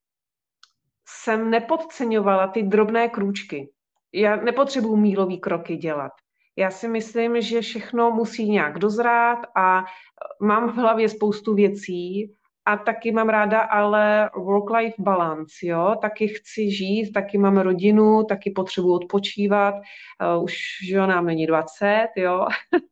jsem nepodceňovala ty drobné krůčky. Já nepotřebuji mílový kroky dělat. Já si myslím, že všechno musí nějak dozrát a mám v hlavě spoustu věcí a taky mám ráda ale work-life balance, jo, taky chci žít, taky mám rodinu, taky potřebuji odpočívat, uh, už, že jo, nám není dvacet, jo,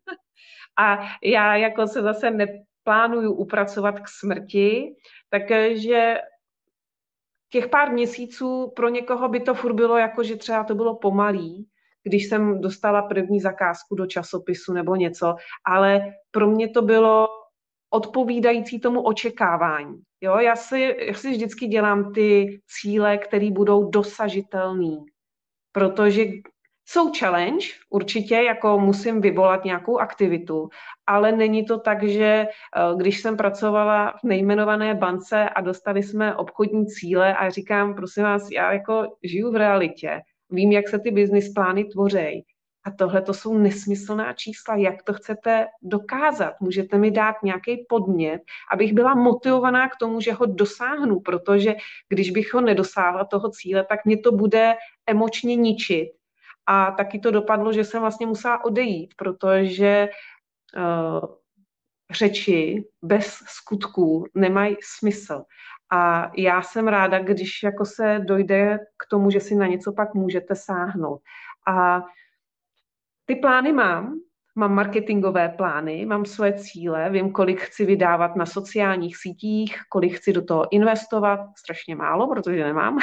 a já jako se zase neplánuju upracovat k smrti, takže těch pár měsíců pro někoho by to furt bylo jako, že třeba to bylo pomalý, když jsem dostala první zakázku do časopisu nebo něco, ale pro mě to bylo odpovídající tomu očekávání. Jo, já si, já si vždycky dělám ty cíle, které budou dosažitelné, protože jsou challenge, určitě, jako musím vyvolat nějakou aktivitu, ale není to tak, že když jsem pracovala v nejmenované bance a dostali jsme obchodní cíle a říkám, prosím vás, já jako žiju v realitě, vím, jak se ty business plány tvoří. A tohle to jsou nesmyslná čísla. Jak to chcete dokázat? Můžete mi dát nějaký podnět, abych byla motivovaná k tomu, že ho dosáhnu, protože když bych ho nedosáhla toho cíle, tak mě to bude emočně ničit. A taky to dopadlo, že jsem vlastně musela odejít, protože uh, řeči bez skutků nemají smysl. A já jsem ráda, když jako se dojde k tomu, že si na něco pak můžete sáhnout. A ty plány mám, mám marketingové plány, mám své cíle, vím, kolik chci vydávat na sociálních sítích, kolik chci do toho investovat, strašně málo, protože nemám,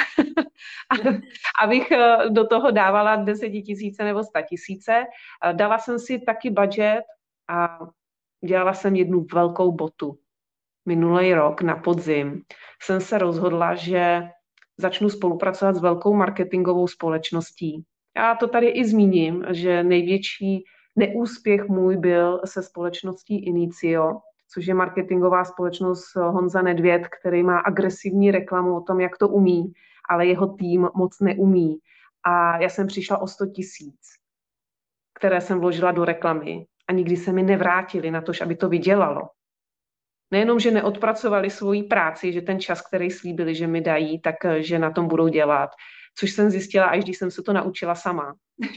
abych do toho dávala desetitisíce nebo statisíce. Dala jsem si taky budget a dělala jsem jednu velkou botu. Minulý rok na podzim jsem se rozhodla, že začnu spolupracovat s velkou marketingovou společností. Já to tady i zmíním, že největší neúspěch můj byl se společností Inicio, což je marketingová společnost Honza Nedvěd, který má agresivní reklamu o tom, jak to umí, ale jeho tým moc neumí. A já jsem přišla o sto tisíc, které jsem vložila do reklamy a nikdy se mi nevrátili na to, aby to vydělalo. Nejenom, že neodpracovali svoji práci, že ten čas, který slíbili, že mi dají, tak že na tom budou dělat, což jsem zjistila, až když jsem se to naučila sama,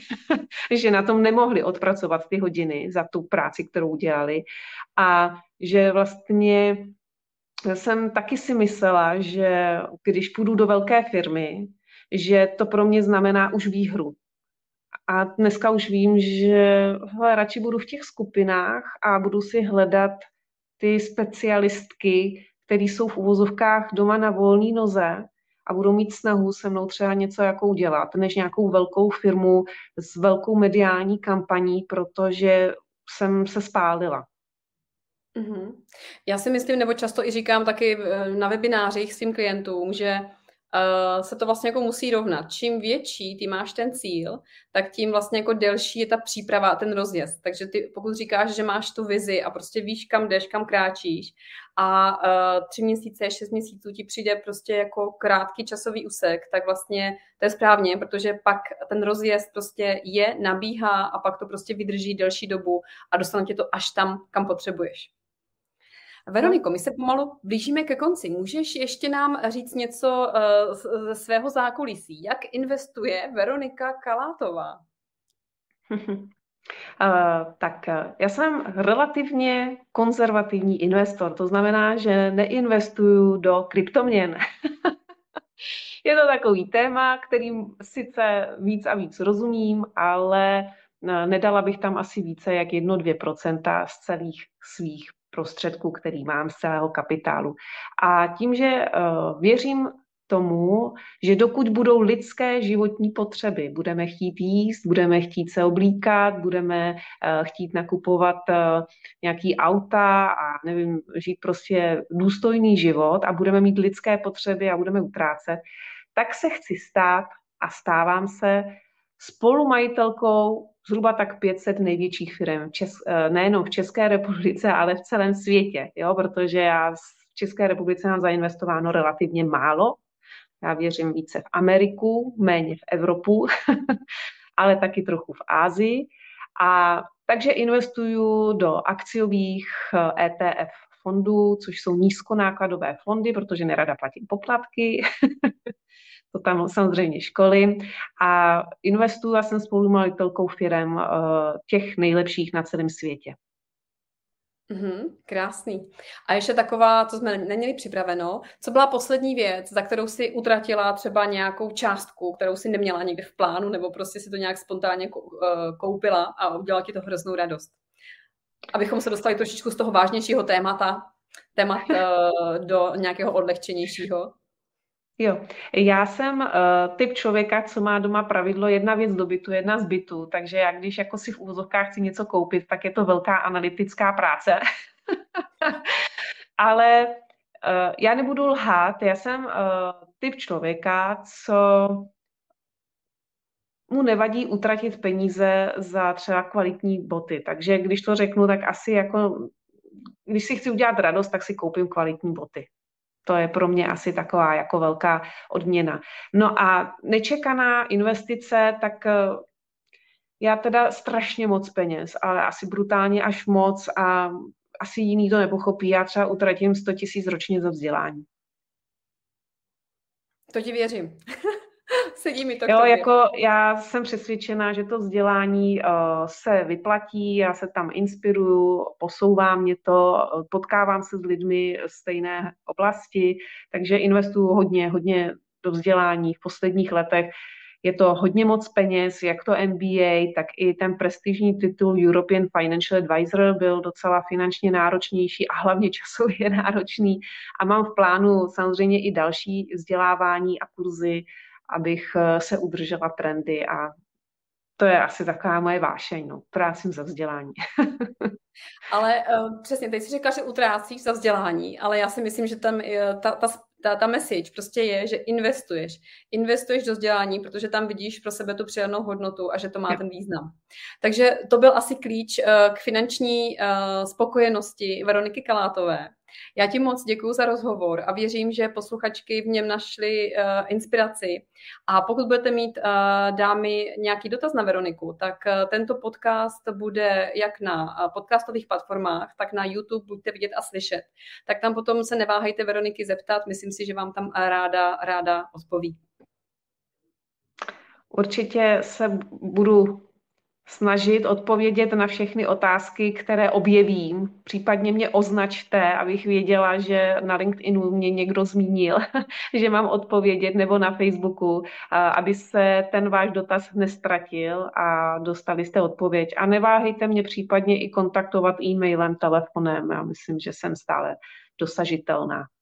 že na tom nemohli odpracovat ty hodiny za tu práci, kterou dělali a že vlastně jsem taky si myslela, že když půjdu do velké firmy, že to pro mě znamená už výhru. A dneska už vím, že hele, radši budu v těch skupinách a budu si hledat ty specialistky, které jsou v uvozovkách doma na volné noze a budou mít snahu se mnou třeba něco jako udělat, než nějakou velkou firmu s velkou mediální kampaní, protože jsem se spálila. Mm-hmm. Já si myslím, nebo často i říkám taky na webinářích svým klientům, že Uh, se to vlastně jako musí rovnat. Čím větší ty máš ten cíl, tak tím vlastně jako delší je ta příprava a ten rozjezd. Takže ty, pokud říkáš, že máš tu vizi a prostě víš, kam jdeš, kam kráčíš a uh, tři měsíce, šest měsíců ti přijde prostě jako krátký časový úsek, tak vlastně to je správně, protože pak ten rozjezd prostě je, nabíhá a pak to prostě vydrží delší dobu a dostane tě to až tam, kam potřebuješ. Veroniko, my se pomalu blížíme ke konci. Můžeš ještě nám říct něco uh, ze svého zákulisí? Jak investuje Veronika Kalátová? uh, tak uh, já jsem relativně konzervativní investor. To znamená, že neinvestuju do kryptoměn. Je to takový téma, kterým sice víc a víc rozumím, ale nedala bych tam asi více jak jedno dvě procenta z celých svých prostředků, který mám, z celého kapitálu. A tím, že uh, věřím tomu, že dokud budou lidské životní potřeby, budeme chtít jíst, budeme chtít se oblíkat, budeme uh, chtít nakupovat uh, nějaký auta a nevím, žít prostě důstojný život a budeme mít lidské potřeby a budeme utrácet, tak se chci stát a stávám se spolumajitelkou zhruba tak pět set největších firm, Čes, nejenom v České republice, ale v celém světě, jo? Protože já v České republice mám zainvestováno relativně málo. Já věřím více v Ameriku, méně v Evropu, ale taky trochu v Asii. A takže investuju do akciových E T F fondů, což jsou nízkonákladové fondy, protože nerada platím poplatky. To tam samozřejmě školy a investuju a jsem spolumajitelkou firem uh, těch nejlepších na celém světě. Mm-hmm, krásný. A ještě taková, co jsme neměli připraveno, co byla poslední věc, za kterou si utratila třeba nějakou částku, kterou si neměla někde v plánu, nebo prostě si to nějak spontánně koupila a udělala ti to hroznou radost. Abychom se dostali trošičku z toho vážnějšího témata, témat uh, do nějakého odlehčenějšího. Jo, já jsem uh, typ člověka, co má doma pravidlo jedna věc do bytu, jedna z bytu, takže já když jako si v úvozovkách chci něco koupit, tak je to velká analytická práce. Ale uh, já nebudu lhát, já jsem uh, typ člověka, co mu nevadí utratit peníze za třeba kvalitní boty. Takže když to řeknu, tak asi jako, když si chci udělat radost, tak si koupím kvalitní boty. To je pro mě asi taková jako velká odměna. No a nečekaná investice, tak eh, já teda strašně moc peněz, ale asi brutálně až moc a asi jiný to nepochopí. Já třeba utratím sto tisíc ročně za vzdělání. To ti věřím. Sedí mi to k Jo, tobě. jako já jsem přesvědčená, že to vzdělání uh, se vyplatí, já se tam inspiruju, posouvá mě to, uh, potkávám se s lidmi z stejné oblasti, takže investuju hodně, hodně do vzdělání v posledních letech. Je to hodně moc peněz, jak to M B A, tak i ten prestižní titul European Financial Advisor byl docela finančně náročnější a hlavně časově náročný. A mám v plánu samozřejmě i další vzdělávání a kurzy, abych eh, se udržela trendy a to je asi taková moje vášeň, no. Trácím za vzdělání. Ale uh, přesně, teď si řekla, že utrácíš za vzdělání, ale já si myslím, že tam uh, ta, ta, ta, ta message prostě je, že investuješ. Investuješ do vzdělání, protože tam vidíš pro sebe tu přidanou hodnotu a že to má ten význam. Takže to byl asi klíč uh, k finanční uh, spokojenosti Veroniky Kalátové. Já ti moc děkuju za rozhovor a věřím, že posluchačky v něm našly uh, inspiraci. A pokud budete mít, uh, dámy, nějaký dotaz na Veroniku, tak uh, tento podcast bude jak na uh, podcastových platformách, tak na YouTube, buďte vidět a slyšet. Tak tam potom se neváhejte Veroniky zeptat, myslím si, že vám tam ráda, ráda odpoví. Určitě se budu snažit odpovědět na všechny otázky, které objevím. Případně mě označte, abych věděla, že na LinkedInu mě někdo zmínil, že mám odpovědět, nebo na Facebooku, aby se ten váš dotaz nestratil a dostali jste odpověď. A neváhejte mě případně i kontaktovat e-mailem, telefonem. Já myslím, že jsem stále dosažitelná.